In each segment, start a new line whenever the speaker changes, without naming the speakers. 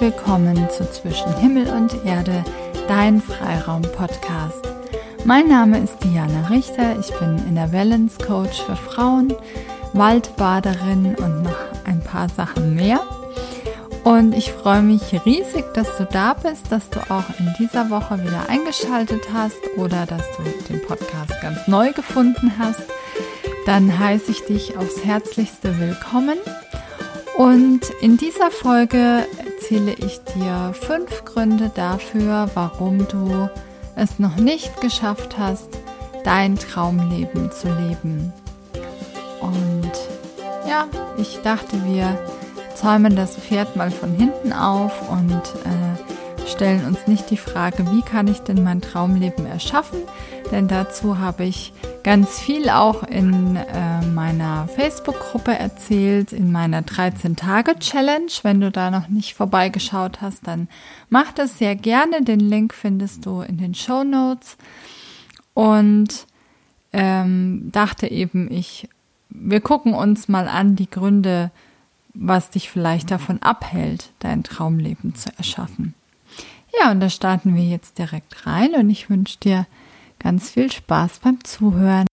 willkommen zu Zwischen Himmel und Erde, dein Freiraum-Podcast. Mein Name ist Diana Richter, ich bin Inner Balance Coach für Frauen, Waldbaderin und noch ein paar Sachen mehr. Und ich freue mich riesig, dass du da bist, dass du auch in dieser Woche wieder eingeschaltet hast oder dass du den Podcast ganz neu gefunden hast. Dann heiße ich dich aufs Herzlichste willkommen. Und in dieser Folge erzähle ich dir 5 Gründe dafür, warum du es noch nicht geschafft hast, dein Traumleben zu leben. Und ja, ich dachte, wir zäumen das Pferd mal von hinten auf und stellen uns nicht die Frage, wie kann ich denn mein Traumleben erschaffen? Denn dazu habe ich ganz viel auch in meiner Facebook-Gruppe erzählt, in meiner 13-Tage-Challenge. Wenn du da noch nicht vorbeigeschaut hast, dann mach das sehr gerne. Den Link findest du in den Shownotes. Und dachte eben, wir gucken uns mal an die Gründe, was dich vielleicht davon abhält, dein Traumleben zu erschaffen. Ja, und da starten wir jetzt direkt rein und ich wünsche dir ganz viel Spaß beim Zuhören.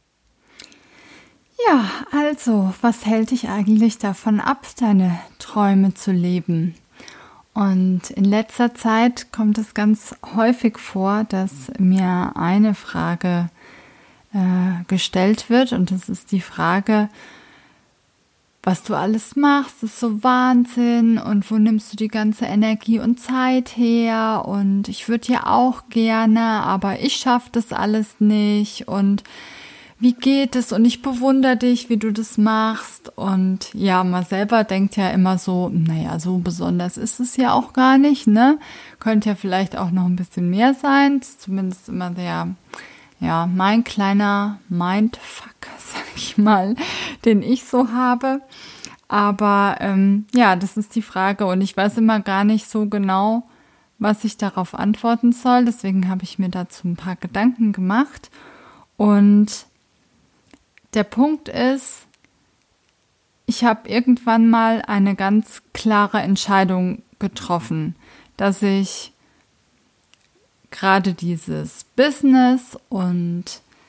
Ja, also, was hält dich eigentlich davon ab, deine Träume zu leben? Und in letzter Zeit kommt es ganz häufig vor, dass mir eine Frage gestellt wird und das ist die Frage, was du alles machst, ist so Wahnsinn und wo nimmst du die ganze Energie und Zeit her und ich würde ja auch gerne, aber ich schaffe das alles nicht und wie geht es und ich bewundere dich, wie du das machst und ja, man selber denkt ja immer so, naja, so besonders ist es ja auch gar nicht, ne? Könnte ja vielleicht auch noch ein bisschen mehr sein, das ist zumindest immer mein kleiner Mindfuck, sag ich mal, den ich so habe. Aber das ist die Frage und ich weiß immer gar nicht so genau, was ich darauf antworten soll. Deswegen habe ich mir dazu ein paar Gedanken gemacht. Und der Punkt ist, ich habe irgendwann mal eine ganz klare Entscheidung getroffen, dass ich gerade dieses Business und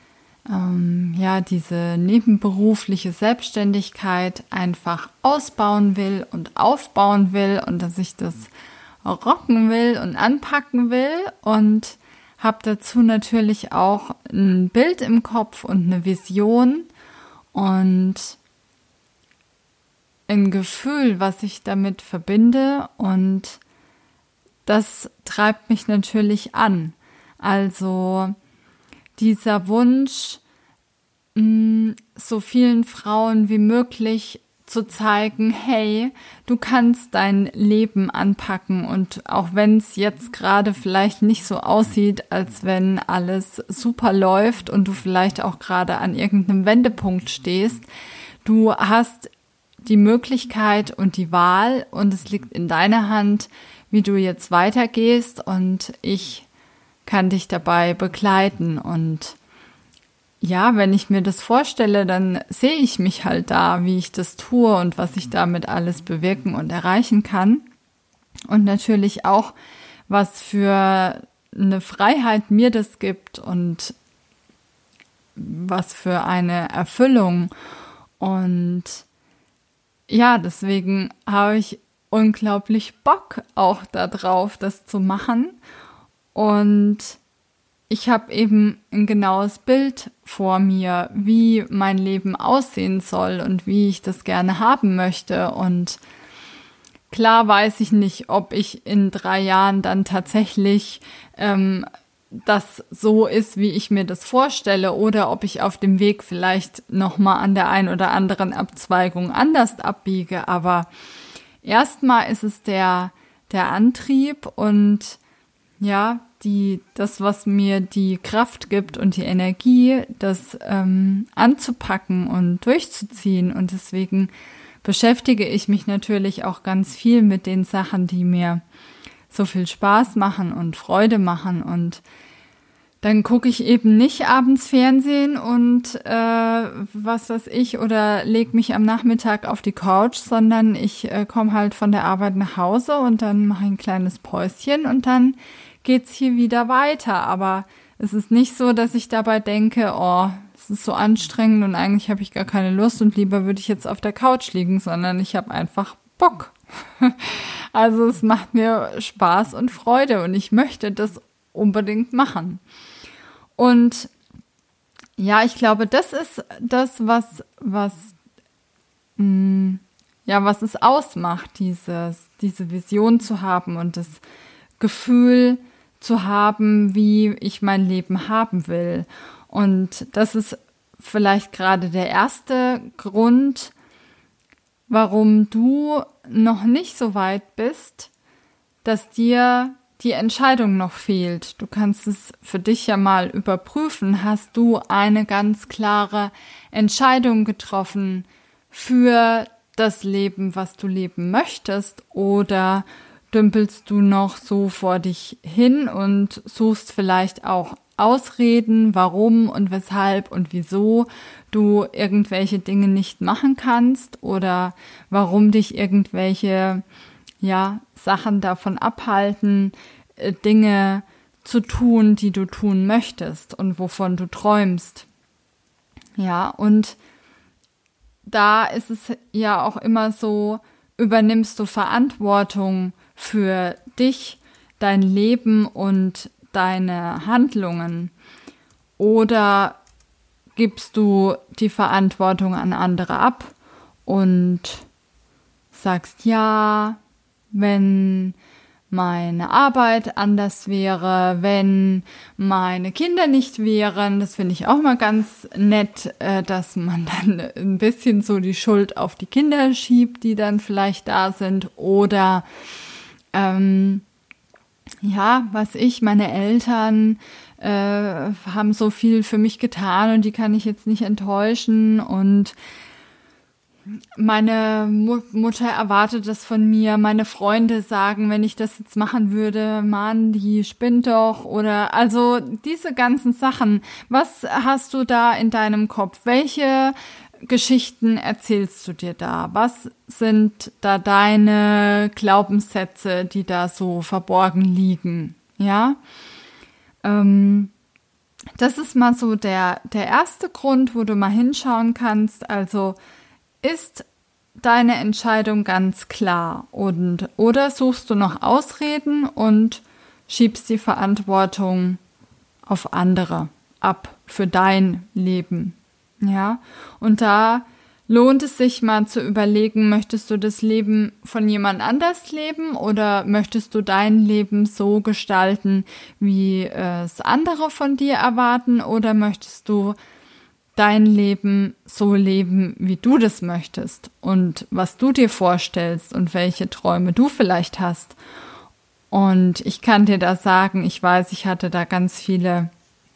diese nebenberufliche Selbstständigkeit einfach ausbauen will und aufbauen will und dass ich das rocken will und anpacken will und habe dazu natürlich auch ein Bild im Kopf und eine Vision und ein Gefühl, was ich damit verbinde und das treibt mich natürlich an. Also dieser Wunsch, so vielen Frauen wie möglich zu zeigen, hey, du kannst dein Leben anpacken und auch wenn es jetzt gerade vielleicht nicht so aussieht, als wenn alles super läuft und du vielleicht auch gerade an irgendeinem Wendepunkt stehst, du hast die Möglichkeit und die Wahl und es liegt in deiner Hand, wie du jetzt weitergehst und ich kann dich dabei begleiten und ja, wenn ich mir das vorstelle, dann sehe ich mich halt da, wie ich das tue und was ich damit alles bewirken und erreichen kann und natürlich auch, was für eine Freiheit mir das gibt und was für eine Erfüllung und ja, deswegen habe ich unglaublich Bock auch darauf, das zu machen und ich habe eben ein genaues Bild vor mir, wie mein Leben aussehen soll und wie ich das gerne haben möchte und klar weiß ich nicht, ob ich in 3 Jahren dann tatsächlich das so ist, wie ich mir das vorstelle oder ob ich auf dem Weg vielleicht nochmal an der einen oder anderen Abzweigung anders abbiege, aber erstmal ist es der Antrieb und ja, das, was mir die Kraft gibt und die Energie, das anzupacken und durchzuziehen. Und deswegen beschäftige ich mich natürlich auch ganz viel mit den Sachen, die mir so viel Spaß machen und Freude machen. Und dann gucke ich eben nicht abends Fernsehen und was weiß ich oder leg mich am Nachmittag auf die Couch, sondern ich komme halt von der Arbeit nach Hause und dann mache ich ein kleines Päuschen und dann geht's hier wieder weiter. Aber es ist nicht so, dass ich dabei denke, oh, es ist so anstrengend und eigentlich habe ich gar keine Lust und lieber würde ich jetzt auf der Couch liegen, sondern ich habe einfach Bock. Also es macht mir Spaß und Freude und ich möchte das unbedingt machen. Und ja, ich glaube, das ist das, was es ausmacht, diese Vision zu haben und das Gefühl zu haben, wie ich mein Leben haben will. Und das ist vielleicht gerade der erste Grund, warum du noch nicht so weit bist, dass dir die Entscheidung noch fehlt. Du kannst es für dich ja mal überprüfen. Hast du eine ganz klare Entscheidung getroffen für das Leben, was du leben möchtest? Oder dümpelst du noch so vor dich hin und suchst vielleicht auch Ausreden, warum und weshalb und wieso du irgendwelche Dinge nicht machen kannst oder warum dich irgendwelche Sachen davon abhalten, Dinge zu tun, die du tun möchtest und wovon du träumst. Ja, und da ist es ja auch immer so, übernimmst du Verantwortung für dich, dein Leben und deine Handlungen oder gibst du die Verantwortung an andere ab und sagst, ja, wenn meine Arbeit anders wäre, wenn meine Kinder nicht wären, das finde ich auch mal ganz nett, dass man dann ein bisschen so die Schuld auf die Kinder schiebt, die dann vielleicht da sind oder meine Eltern haben so viel für mich getan und die kann ich jetzt nicht enttäuschen und meine Mutter erwartet das von mir, meine Freunde sagen, wenn ich das jetzt machen würde, Mann, die spinnt doch oder also diese ganzen Sachen. Was hast du da in deinem Kopf? Welche Geschichten erzählst du dir da? Was sind da deine Glaubenssätze, die da so verborgen liegen? Ja, das ist mal so der erste Grund, wo du mal hinschauen kannst. Also ist deine Entscheidung ganz klar oder suchst du noch Ausreden und schiebst die Verantwortung auf andere ab für dein Leben? Ja, und da lohnt es sich mal zu überlegen, möchtest du das Leben von jemand anders leben oder möchtest du dein Leben so gestalten, wie es andere von dir erwarten oder möchtest du dein Leben so leben, wie du das möchtest und was du dir vorstellst und welche Träume du vielleicht hast. Und ich kann dir da sagen, ich weiß, ich hatte da ganz viele,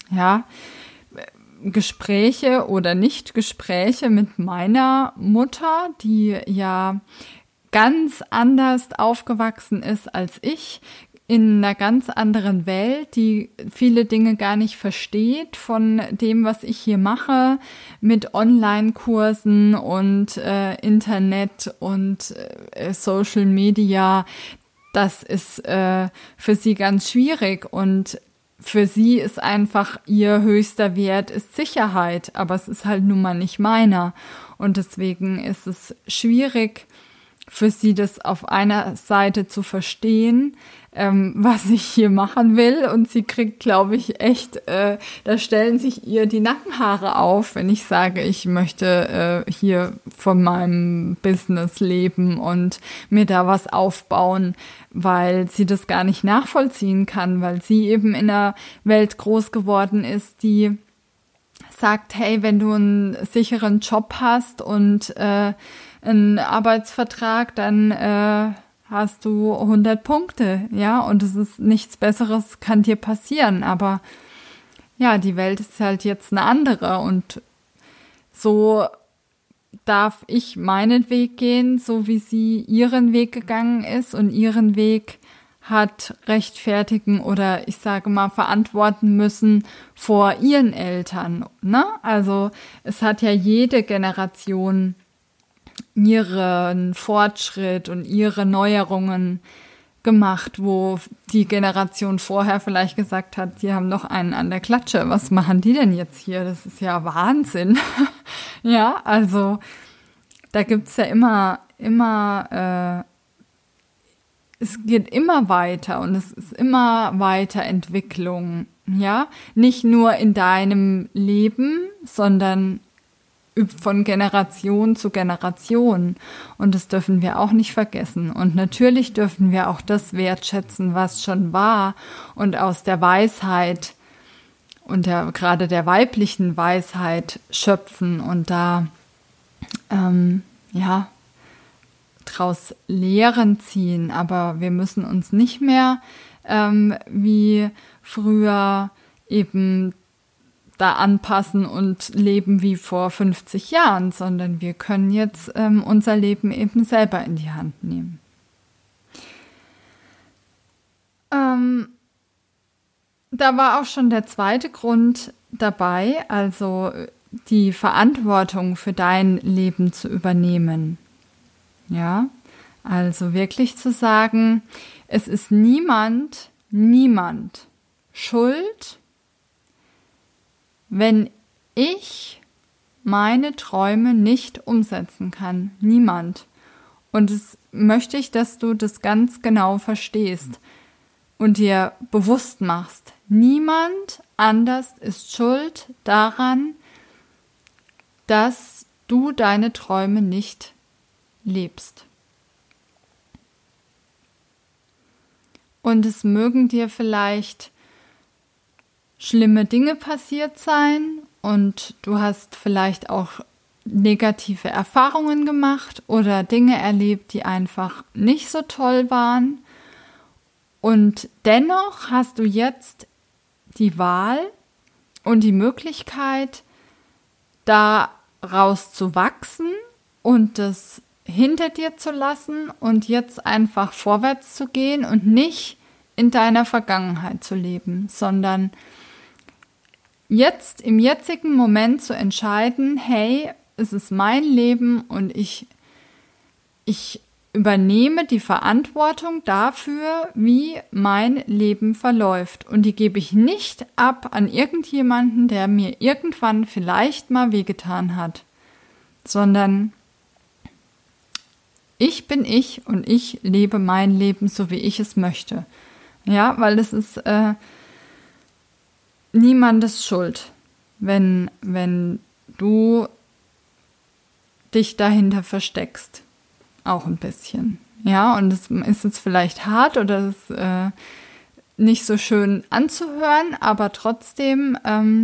Gespräche oder Nicht-Gespräche mit meiner Mutter, die ja ganz anders aufgewachsen ist als ich, in einer ganz anderen Welt, die viele Dinge gar nicht versteht von dem, was ich hier mache, mit Online-Kursen und Internet und Social Media. Das ist für sie ganz schwierig und für sie ist einfach ihr höchster Wert ist Sicherheit, aber es ist halt nun mal nicht meiner. Und deswegen ist es schwierig für sie, das auf einer Seite zu verstehen, was ich hier machen will. Und sie kriegt, glaube ich, echt, da stellen sich ihr die Nackenhaare auf, wenn ich sage, ich möchte hier von meinem Business leben und mir da was aufbauen, weil sie das gar nicht nachvollziehen kann, weil sie eben in einer Welt groß geworden ist, die sagt, hey, wenn du einen sicheren Job hast und einen Arbeitsvertrag, dann hast du 100 Punkte, ja, und es ist nichts Besseres kann dir passieren, aber ja, die Welt ist halt jetzt eine andere und so darf ich meinen Weg gehen, so wie sie ihren Weg gegangen ist und ihren Weg hat rechtfertigen oder ich sage mal verantworten müssen vor ihren Eltern, ne? Also es hat ja jede Generation ihren Fortschritt und ihre Neuerungen gemacht, wo die Generation vorher vielleicht gesagt hat, die haben noch einen an der Klatsche. Was machen die denn jetzt hier? Das ist ja Wahnsinn. Ja, also da gibt's ja immer, es geht immer weiter und es ist immer Weiterentwicklung. Ja, nicht nur in deinem Leben, sondern von Generation zu Generation. Und das dürfen wir auch nicht vergessen. Und natürlich dürfen wir auch das wertschätzen, was schon war und aus der Weisheit und gerade der weiblichen Weisheit schöpfen und da draus Lehren ziehen. Aber wir müssen uns nicht mehr wie früher eben da anpassen und leben wie vor 50 Jahren, sondern wir können jetzt unser Leben eben selber in die Hand nehmen. Da war auch schon der zweite Grund dabei, also die Verantwortung für dein Leben zu übernehmen. Ja, also wirklich zu sagen, es ist niemand schuld, wenn ich meine Träume nicht umsetzen kann. Niemand. Und es möchte ich, dass du das ganz genau verstehst und dir bewusst machst. Niemand anders ist schuld daran, dass du deine Träume nicht lebst. Und es mögen dir vielleicht schlimme Dinge passiert sein und du hast vielleicht auch negative Erfahrungen gemacht oder Dinge erlebt, die einfach nicht so toll waren. Und dennoch hast du jetzt die Wahl und die Möglichkeit, daraus zu wachsen und das hinter dir zu lassen und jetzt einfach vorwärts zu gehen und nicht in deiner Vergangenheit zu leben, sondern jetzt im jetzigen Moment zu entscheiden, hey, es ist mein Leben und ich übernehme die Verantwortung dafür, wie mein Leben verläuft. Und die gebe ich nicht ab an irgendjemanden, der mir irgendwann vielleicht mal wehgetan hat, sondern ich bin ich und ich lebe mein Leben so, wie ich es möchte. Ja, weil es ist niemandes Schuld, wenn du dich dahinter versteckst. Auch ein bisschen. Ja, und es ist jetzt vielleicht hart oder es ist nicht so schön anzuhören, aber trotzdem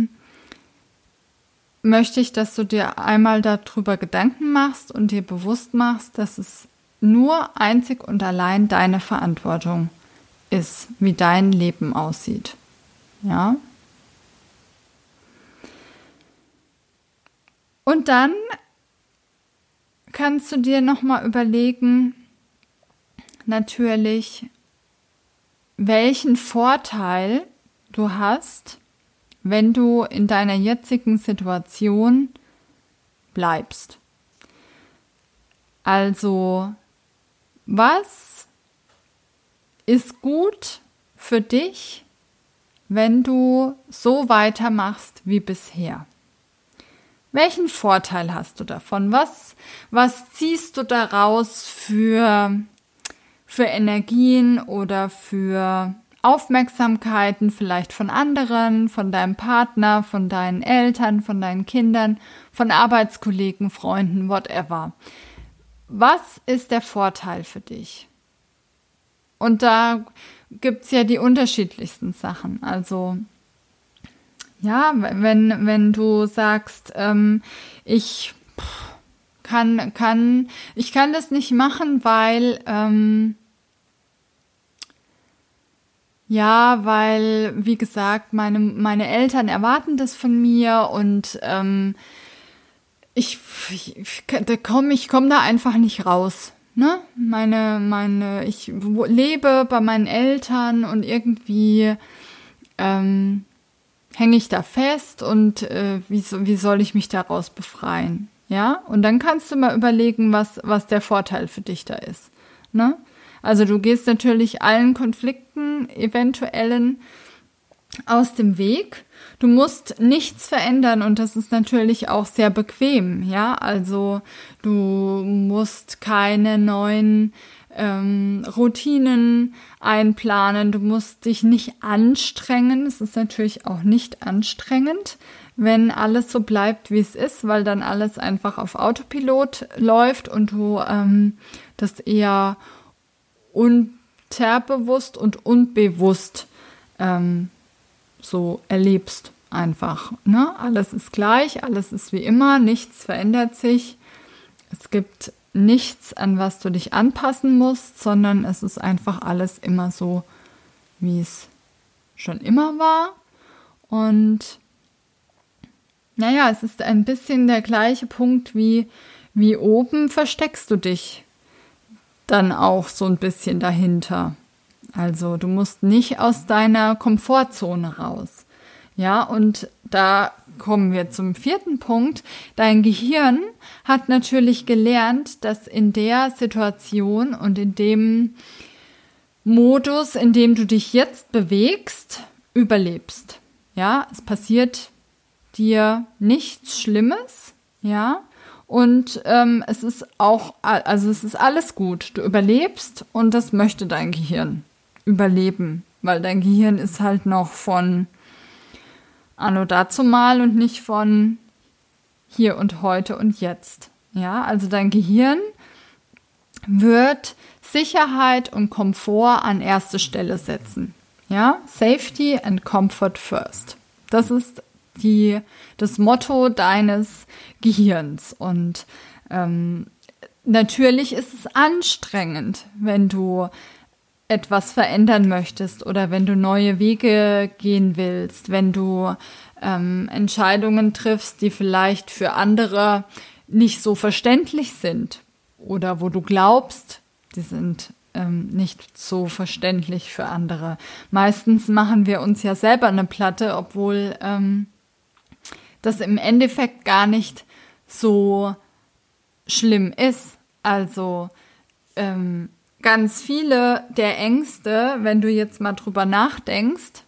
möchte ich, dass du dir einmal darüber Gedanken machst und dir bewusst machst, dass es nur einzig und allein deine Verantwortung ist, wie dein Leben aussieht. Ja. Und dann kannst du dir nochmal überlegen, natürlich, welchen Vorteil du hast, wenn du in deiner jetzigen Situation bleibst. Also, was ist gut für dich, wenn du so weitermachst wie bisher? Welchen Vorteil hast du davon? Was ziehst du daraus für Energien oder für Aufmerksamkeiten, vielleicht von anderen, von deinem Partner, von deinen Eltern, von deinen Kindern, von Arbeitskollegen, Freunden, whatever. Was ist der Vorteil für dich? Und da gibt's ja die unterschiedlichsten Sachen. Also ja, wenn du sagst, ich kann das nicht machen, weil wie gesagt, meine Eltern erwarten das von mir und ich komme da einfach nicht raus. ne, ich lebe bei meinen Eltern und irgendwie hänge ich da fest und wie soll ich mich daraus befreien? Ja, und dann kannst du mal überlegen, was der Vorteil für dich da ist. Ne? Also du gehst natürlich allen Konflikten, eventuellen, aus dem Weg. Du musst nichts verändern und das ist natürlich auch sehr bequem. Ja, also du musst keine neuen Routinen einplanen. Du musst dich nicht anstrengen. Es ist natürlich auch nicht anstrengend, wenn alles so bleibt, wie es ist, weil dann alles einfach auf Autopilot läuft und du das eher unterbewusst und unbewusst so erlebst einfach. Ne? Alles ist gleich, alles ist wie immer, nichts verändert sich. Es gibt nichts, an was du dich anpassen musst, sondern es ist einfach alles immer so, wie es schon immer war. Und naja, es ist ein bisschen der gleiche Punkt wie oben versteckst du dich dann auch so ein bisschen dahinter. Also du musst nicht aus deiner Komfortzone raus. Ja, und da kommen wir zum 4. Punkt. Dein Gehirn hat natürlich gelernt, dass in der Situation und in dem Modus, in dem du dich jetzt bewegst, überlebst. Ja, es passiert dir nichts Schlimmes, ja, und es ist alles gut. Du überlebst und das möchte dein Gehirn überleben, weil dein Gehirn ist halt noch von anno dazumal und nicht von hier und heute und jetzt. Ja, also dein Gehirn wird Sicherheit und Komfort an erste Stelle setzen. Ja, Safety and Comfort first. Das ist das Motto deines Gehirns. Und natürlich ist es anstrengend, wenn du etwas verändern möchtest oder wenn du neue Wege gehen willst, wenn du Entscheidungen triffst, die vielleicht für andere nicht so verständlich sind oder wo du glaubst, die sind nicht so verständlich für andere. Meistens machen wir uns ja selber eine Platte, obwohl das im Endeffekt gar nicht so schlimm ist. Also ganz viele der Ängste, wenn du jetzt mal drüber nachdenkst,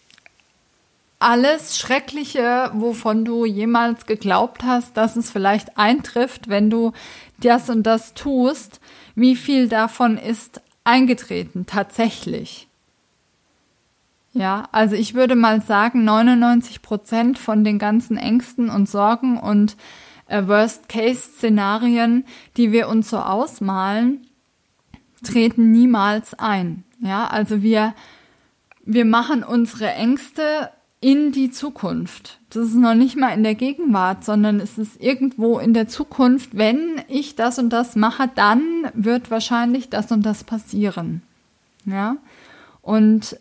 alles Schreckliche, wovon du jemals geglaubt hast, dass es vielleicht eintrifft, wenn du das und das tust, wie viel davon ist eingetreten tatsächlich? Ja, also ich würde mal sagen, 99% von den ganzen Ängsten und Sorgen und Worst-Case-Szenarien, die wir uns so ausmalen, treten niemals ein. Ja, also wir machen unsere Ängste in die Zukunft. Das ist noch nicht mal in der Gegenwart, sondern es ist irgendwo in der Zukunft. Wenn ich das und das mache, dann wird wahrscheinlich das und das passieren. Ja, und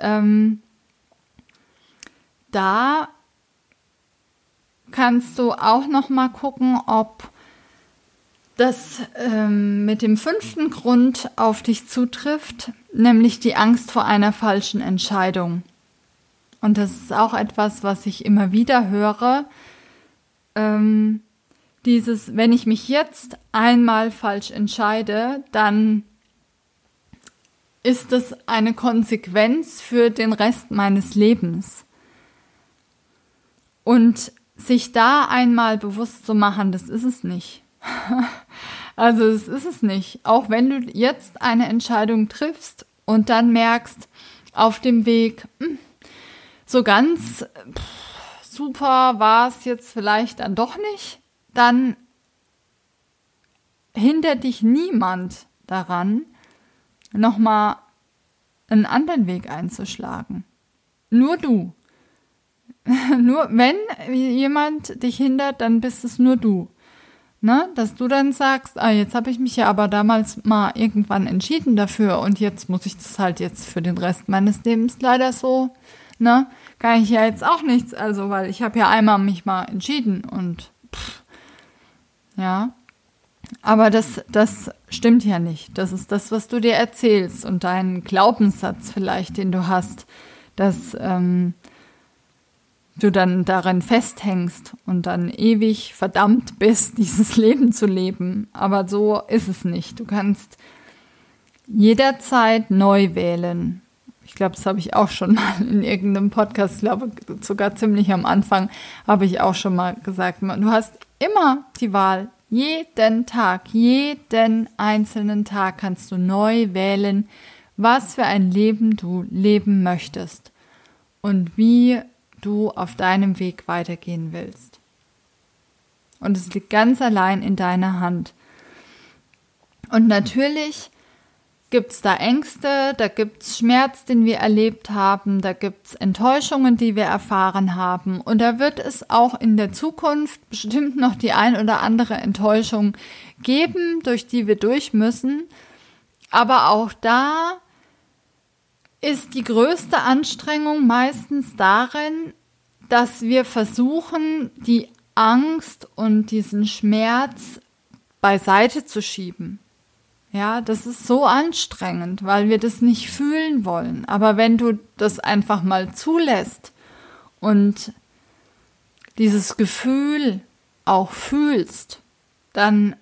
da kannst du auch noch mal gucken, ob das mit dem 5. Grund auf dich zutrifft, nämlich die Angst vor einer falschen Entscheidung. Und das ist auch etwas, was ich immer wieder höre. Wenn ich mich jetzt einmal falsch entscheide, dann ist es eine Konsequenz für den Rest meines Lebens. Und sich da einmal bewusst zu machen, das ist es nicht. Also das ist es nicht. Auch wenn du jetzt eine Entscheidung triffst und dann merkst, auf dem Weg, so ganz super war es jetzt vielleicht dann doch nicht, dann hindert dich niemand daran, nochmal einen anderen Weg einzuschlagen. Nur du. Nur wenn jemand dich hindert, dann bist es nur du. Ne? Dass du dann sagst, jetzt habe ich mich ja aber damals mal irgendwann entschieden dafür und jetzt muss ich das halt jetzt für den Rest meines Lebens leider so, ne? Kann ich ja jetzt auch nichts, weil ich habe ja einmal mich mal entschieden und ja. Aber das stimmt ja nicht. Das ist das, was du dir erzählst und dein Glaubenssatz vielleicht, den du hast, dass du dann darin festhängst und dann ewig verdammt bist, dieses Leben zu leben. Aber so ist es nicht. Du kannst jederzeit neu wählen. Ich glaube, das habe ich auch schon mal in irgendeinem Podcast, ich glaube sogar ziemlich am Anfang, habe ich auch schon mal gesagt. Du hast immer die Wahl, jeden Tag, jeden einzelnen Tag kannst du neu wählen, was für ein Leben du leben möchtest und wie du auf deinem Weg weitergehen willst. Und es liegt ganz allein in deiner Hand. Und natürlich gibt es da Ängste, da gibt es Schmerz, den wir erlebt haben, da gibt es Enttäuschungen, die wir erfahren haben. Und da wird es auch in der Zukunft bestimmt noch die ein oder andere Enttäuschung geben, durch die wir durch müssen. Aber auch da ist die größte Anstrengung meistens darin, dass wir versuchen, die Angst und diesen Schmerz beiseite zu schieben. Ja, das ist so anstrengend, weil wir das nicht fühlen wollen. Aber wenn du das einfach mal zulässt und dieses Gefühl auch fühlst, dann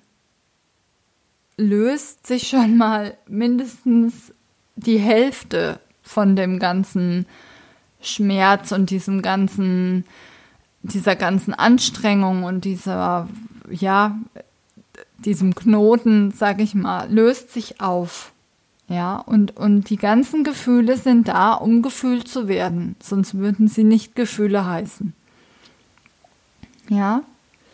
löst sich schon mal mindestens die Hälfte von dem ganzen Schmerz und dieser ganzen Anstrengung und diesem Knoten, sag ich mal, löst sich auf. Ja, und die ganzen Gefühle sind da, um gefühlt zu werden. Sonst würden sie nicht Gefühle heißen. Ja.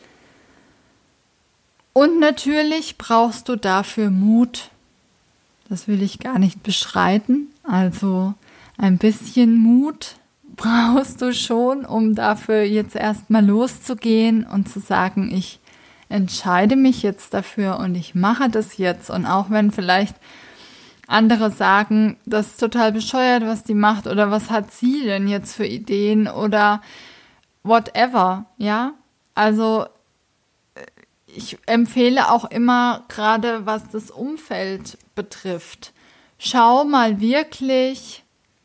Und natürlich brauchst du dafür Mut. Das will ich gar nicht beschreiten. Also ein bisschen Mut brauchst du schon, um dafür jetzt erstmal loszugehen und zu sagen, ich entscheide mich jetzt dafür und ich mache das jetzt. Und auch wenn vielleicht andere sagen, das ist total bescheuert, was die macht oder was hat sie denn jetzt für Ideen oder whatever, ja. Also ich empfehle auch immer, gerade was das Umfeld betrifft, schau mal wirklich,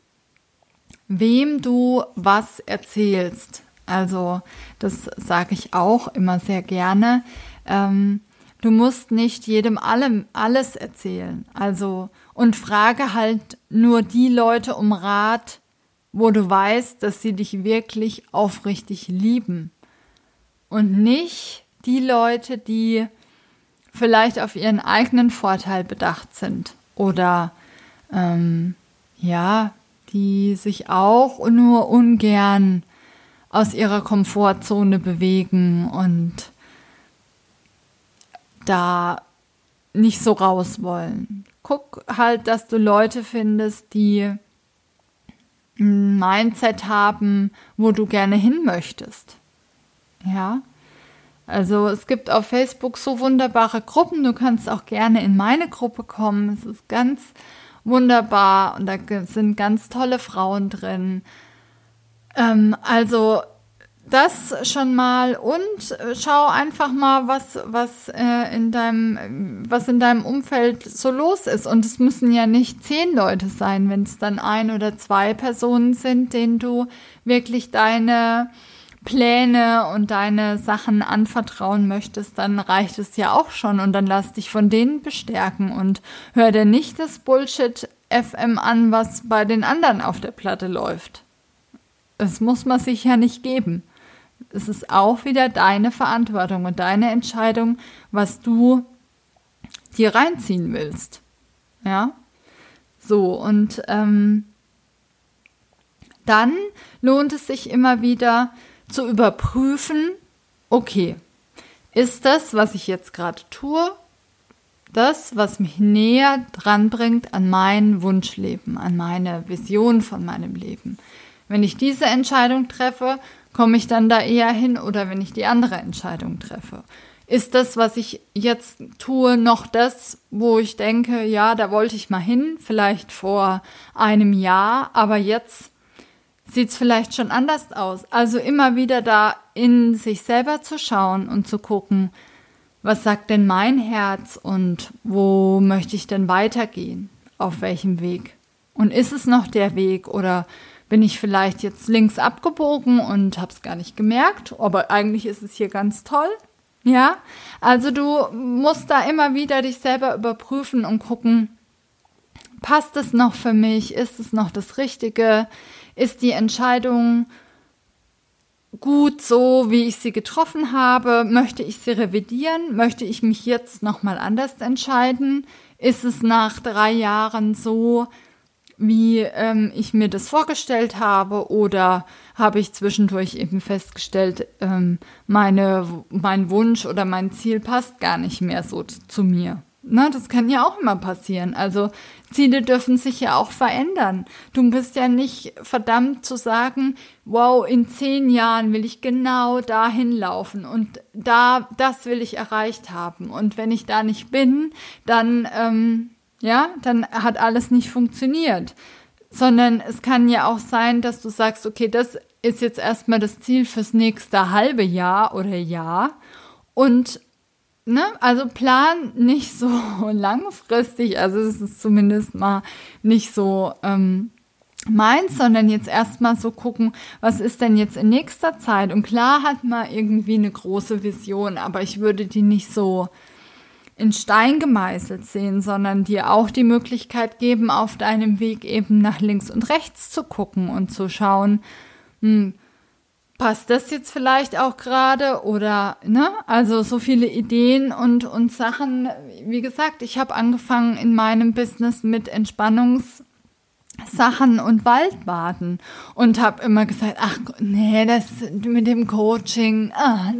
wem du was erzählst. Also das sage ich auch immer sehr gerne. Du musst nicht jedem alles erzählen. Also und frage halt nur die Leute um Rat, wo du weißt, dass sie dich wirklich aufrichtig lieben. Und nicht die Leute, die vielleicht auf ihren eigenen Vorteil bedacht sind oder die sich auch nur ungern aus ihrer Komfortzone bewegen und da nicht so raus wollen. Guck halt, dass du Leute findest, die ein Mindset haben, wo du gerne hin möchtest. Ja, also es gibt auf Facebook so wunderbare Gruppen, du kannst auch gerne in meine Gruppe kommen, es ist ganz wunderbar und da sind ganz tolle Frauen drin. Also das schon mal und schau einfach mal, was in deinem Umfeld so los ist. Und es müssen ja nicht 10 Leute sein, wenn es dann 1 oder 2 Personen sind, denen du wirklich deine Pläne und deine Sachen anvertrauen möchtest, dann reicht es ja auch schon und dann lass dich von denen bestärken und hör dir nicht das Bullshit FM an, was bei den anderen auf der Platte läuft. Das muss man sich ja nicht geben. Es ist auch wieder deine Verantwortung und deine Entscheidung, was du dir reinziehen willst. Ja? So, und dann lohnt es sich immer wieder zu überprüfen, okay, ist das, was ich jetzt gerade tue, das, was mich näher dran bringt an mein Wunschleben, an meine Vision von meinem Leben. Wenn ich diese Entscheidung treffe, komme ich dann da eher hin oder wenn ich die andere Entscheidung treffe? Ist das, was ich jetzt tue, noch das, wo ich denke, ja, da wollte ich mal hin, vielleicht vor einem Jahr, aber jetzt sieht es vielleicht schon anders aus. Also immer wieder da in sich selber zu schauen und zu gucken, was sagt denn mein Herz und wo möchte ich denn weitergehen? Auf welchem Weg? Und ist es noch der Weg oder bin ich vielleicht jetzt links abgebogen und habe es gar nicht gemerkt, aber eigentlich ist es hier ganz toll. Ja, also du musst da immer wieder dich selber überprüfen und gucken, passt es noch für mich? Ist es noch das Richtige? Ist die Entscheidung gut so, wie ich sie getroffen habe? Möchte ich sie revidieren? Möchte ich mich jetzt nochmal anders entscheiden? Ist es nach 3 Jahren so, wie ich mir das vorgestellt habe, oder habe ich zwischendurch eben festgestellt, mein Wunsch oder mein Ziel passt gar nicht mehr so zu mir. Na, das kann ja auch immer passieren. Also Ziele dürfen sich ja auch verändern. Du bist ja nicht verdammt zu sagen, wow, in 10 Jahren will ich genau dahin laufen und das will ich erreicht haben. Und wenn ich da nicht bin, dann dann hat alles nicht funktioniert. Sondern es kann ja auch sein, dass du sagst, okay, das ist jetzt erstmal das Ziel fürs nächste halbe Jahr oder Jahr. Und, also plan nicht so langfristig, also es ist zumindest mal nicht so meins, sondern jetzt erstmal so gucken, was ist denn jetzt in nächster Zeit? Und klar hat man irgendwie eine große Vision, aber ich würde die nicht so in Stein gemeißelt sehen, sondern dir auch die Möglichkeit geben, auf deinem Weg eben nach links und rechts zu gucken und zu schauen, passt das jetzt vielleicht auch gerade oder, also so viele Ideen und Sachen. Wie gesagt, ich habe angefangen in meinem Business mit Entspannungssachen und Waldbaden und habe immer gesagt, ach nee, das mit dem Coaching,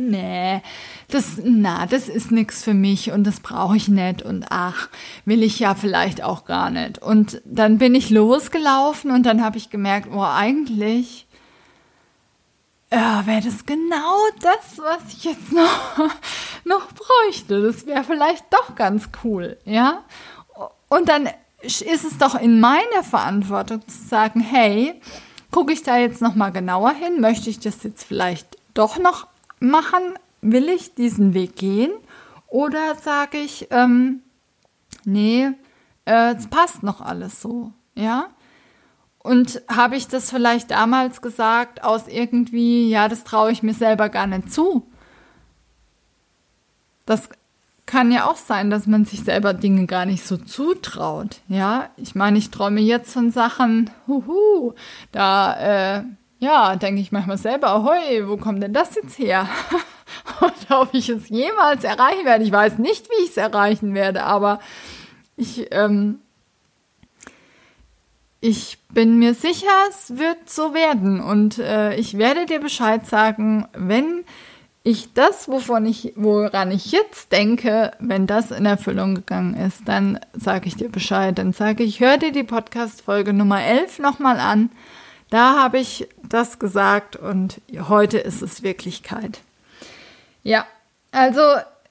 das ist nichts für mich und das brauche ich nicht und will ich ja vielleicht auch gar nicht. Und dann bin ich losgelaufen und dann habe ich gemerkt, eigentlich wäre das genau das, was ich jetzt noch bräuchte. Das wäre vielleicht doch ganz cool, ja. Und dann ist es doch in meiner Verantwortung zu sagen, hey, gucke ich da jetzt noch mal genauer hin? Möchte ich das jetzt vielleicht doch noch machen? Will ich diesen Weg gehen? Oder sage ich, nee, es passt noch alles so, ja? Und habe ich das vielleicht damals gesagt aus irgendwie, ja, das traue ich mir selber gar nicht zu? Das kann ja auch sein, dass man sich selber Dinge gar nicht so zutraut, ja? Ich meine, ich träume jetzt von Sachen, da denke ich manchmal selber, hoi, wo kommt denn das jetzt her? Und ob ich es jemals erreichen werde. Ich weiß nicht, wie ich es erreichen werde, aber ich bin mir sicher, es wird so werden. Und ich werde dir Bescheid sagen, wenn ich das, woran ich jetzt denke, wenn das in Erfüllung gegangen ist, dann sage ich dir Bescheid. Dann sage ich, hör dir die Podcast-Folge Nummer 11 nochmal an. Da habe ich das gesagt und heute ist es Wirklichkeit. Ja, also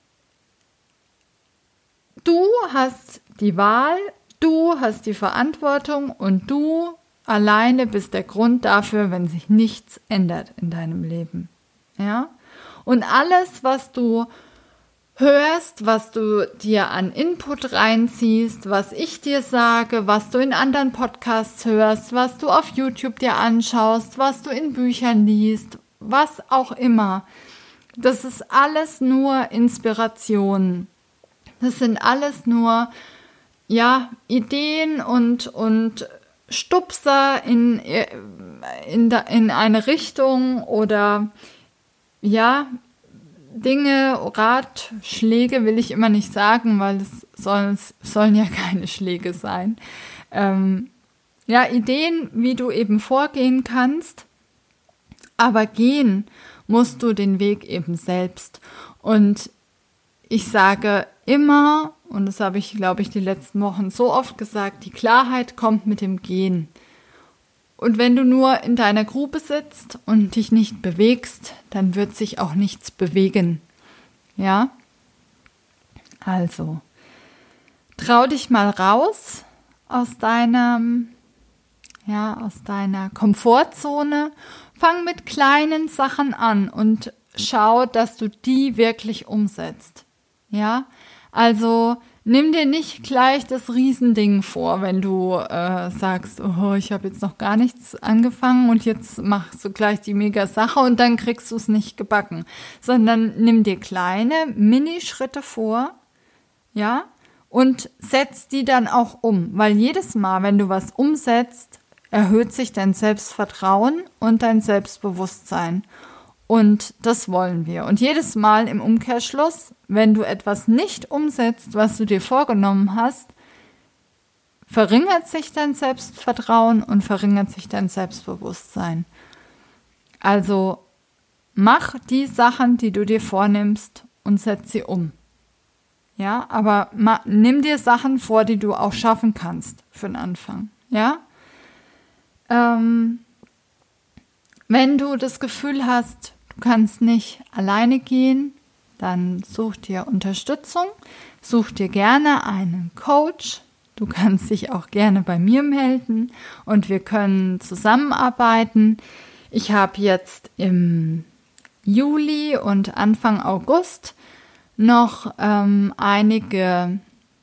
du hast die Wahl, du hast die Verantwortung und du alleine bist der Grund dafür, wenn sich nichts ändert in deinem Leben. Ja? Und alles, was du hörst, was du dir an Input reinziehst, was ich dir sage, was du in anderen Podcasts hörst, was du auf YouTube dir anschaust, was du in Büchern liest, was auch immer, das ist alles nur Inspiration. Das sind alles nur Ideen und Stupser in eine Richtung oder Dinge, Ratschläge will ich immer nicht sagen, weil es sollen ja keine Schläge sein. Ideen, wie du eben vorgehen kannst, aber gehen musst du den Weg eben selbst. Und ich sage immer, und das habe ich, glaube ich, die letzten Wochen so oft gesagt, die Klarheit kommt mit dem Gehen. Und wenn du nur in deiner Grube sitzt und dich nicht bewegst, dann wird sich auch nichts bewegen. Ja? Also, trau dich mal raus aus deiner Komfortzone. Fang mit kleinen Sachen an und schau, dass du die wirklich umsetzt. Ja, also nimm dir nicht gleich das Riesending vor, wenn du sagst, oh, ich habe jetzt noch gar nichts angefangen und jetzt machst du gleich die Mega-Sache und dann kriegst du es nicht gebacken. Sondern nimm dir kleine Minischritte vor, ja, und setz die dann auch um. Weil jedes Mal, wenn du was umsetzt, erhöht sich dein Selbstvertrauen und dein Selbstbewusstsein. Und das wollen wir. Und jedes Mal im Umkehrschluss, wenn du etwas nicht umsetzt, was du dir vorgenommen hast, verringert sich dein Selbstvertrauen und verringert sich dein Selbstbewusstsein. Also mach die Sachen, die du dir vornimmst und setz sie um. Ja, aber nimm dir Sachen vor, die du auch schaffen kannst für den Anfang. Ja? Wenn du das Gefühl hast, du kannst nicht alleine gehen, dann such dir Unterstützung, such dir gerne einen Coach. Du kannst dich auch gerne bei mir melden und wir können zusammenarbeiten. Ich habe jetzt im Juli und Anfang August noch einige,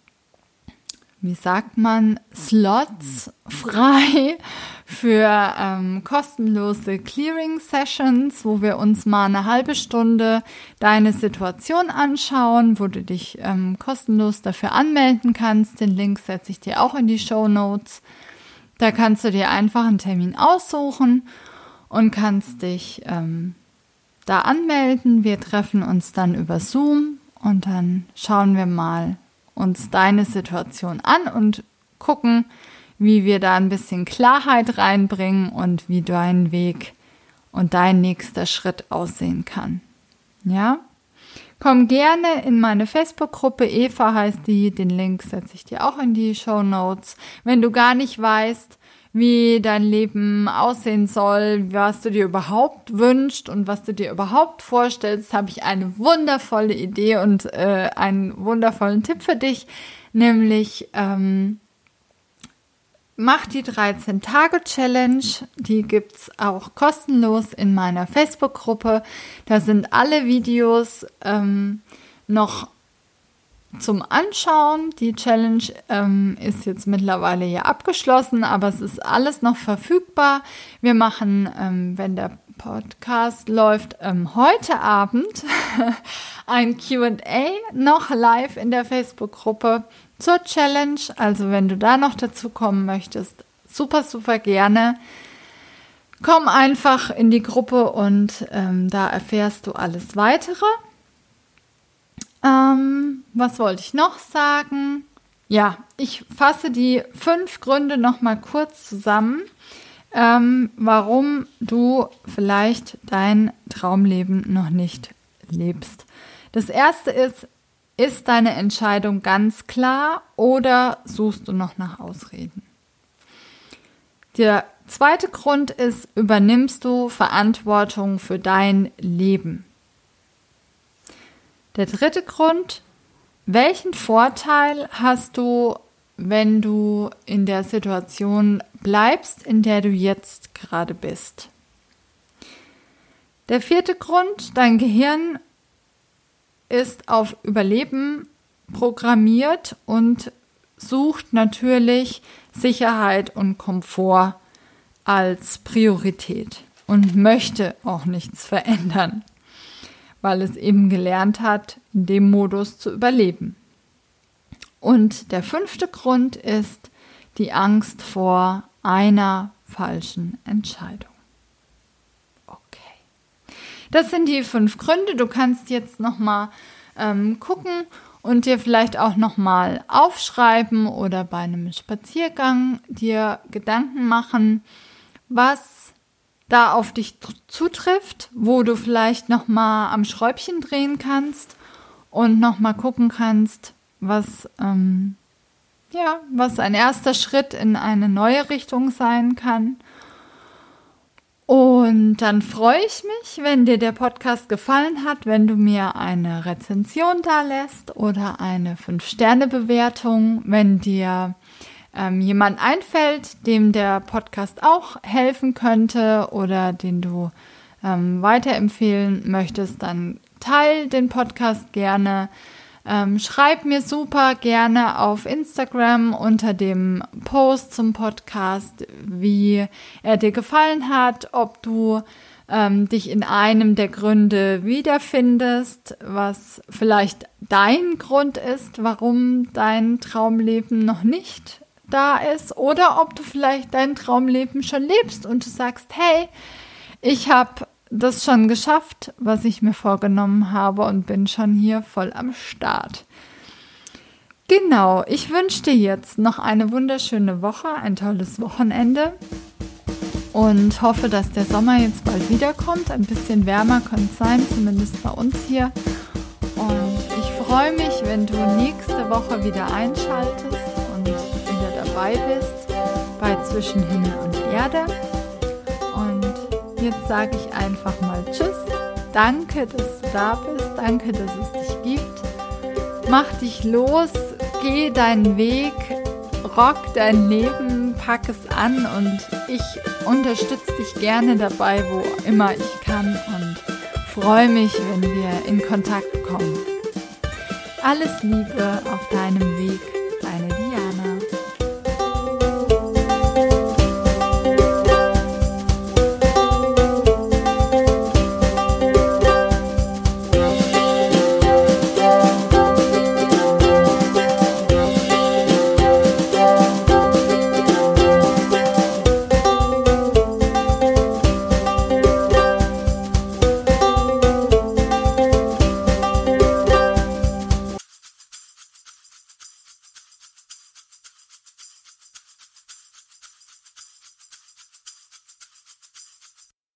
Slots frei für kostenlose Clearing-Sessions, wo wir uns mal eine halbe Stunde deine Situation anschauen, wo du dich kostenlos dafür anmelden kannst. Den Link setze ich dir auch in die Shownotes. Da kannst du dir einfach einen Termin aussuchen und kannst dich da anmelden. Wir treffen uns dann über Zoom und dann schauen wir mal uns deine Situation an und gucken, wie wir da ein bisschen Klarheit reinbringen und wie dein Weg und dein nächster Schritt aussehen kann. Ja? Komm gerne in meine Facebook-Gruppe, Eva heißt die, den Link setze ich dir auch in die Shownotes. Wenn du gar nicht weißt, wie dein Leben aussehen soll, was du dir überhaupt wünschst und was du dir überhaupt vorstellst, habe ich eine wundervolle Idee und einen wundervollen Tipp für dich, nämlich mach die 13-Tage-Challenge, die gibt's auch kostenlos in meiner Facebook-Gruppe. Da sind alle Videos noch zum Anschauen. Die Challenge ist jetzt mittlerweile ja abgeschlossen, aber es ist alles noch verfügbar. Wir machen, wenn der Podcast läuft, heute Abend ein Q&A noch live in der Facebook-Gruppe zur Challenge. Also wenn du da noch dazu kommen möchtest, super, super gerne. Komm einfach in die Gruppe und da erfährst du alles Weitere. Was wollte ich noch sagen? Ja, ich fasse die 5 Gründe noch mal kurz zusammen, warum du vielleicht dein Traumleben noch nicht lebst. Das erste ist deine Entscheidung ganz klar oder suchst du noch nach Ausreden? Der zweite Grund ist, übernimmst du Verantwortung für dein Leben? Der dritte Grund, welchen Vorteil hast du, wenn du in der Situation bleibst, in der du jetzt gerade bist? Der vierte Grund, dein Gehirn ist auf Überleben programmiert und sucht natürlich Sicherheit und Komfort als Priorität und möchte auch nichts verändern, weil es eben gelernt hat, in dem Modus zu überleben. Und der 5. Grund ist die Angst vor einer falschen Entscheidung. Okay. Das sind die 5 Gründe. Du kannst jetzt nochmal gucken und dir vielleicht auch nochmal aufschreiben oder bei einem Spaziergang dir Gedanken machen, was da auf dich zutrifft, wo du vielleicht nochmal am Schräubchen drehen kannst und nochmal gucken kannst, was ein erster Schritt in eine neue Richtung sein kann. Und dann freue ich mich, wenn dir der Podcast gefallen hat, wenn du mir eine Rezension da lässt oder eine 5-Sterne-Bewertung, wenn dir jemand einfällt, dem der Podcast auch helfen könnte oder den du weiterempfehlen möchtest, dann teil den Podcast gerne. Schreib mir super gerne auf Instagram unter dem Post zum Podcast, wie er dir gefallen hat, ob du dich in einem der Gründe wiederfindest, was vielleicht dein Grund ist, warum dein Traumleben noch nicht da ist, oder ob du vielleicht dein Traumleben schon lebst und du sagst, hey, ich habe das schon geschafft, was ich mir vorgenommen habe und bin schon hier voll am Start. Genau, ich wünsche dir jetzt noch eine wunderschöne Woche, ein tolles Wochenende und hoffe, dass der Sommer jetzt bald wiederkommt. Ein bisschen wärmer kann es sein, zumindest bei uns hier. Und ich freue mich, wenn du nächste Woche wieder einschaltest und wieder dabei bist bei Zwischen Himmel und Erde. Jetzt sage ich einfach mal Tschüss. Danke, dass du da bist. Danke, dass es dich gibt. Mach dich los, geh deinen Weg, rock dein Leben, pack es an und ich unterstütze dich gerne dabei, wo immer ich kann und freue mich, wenn wir in Kontakt kommen. Alles Liebe auf deinem Weg.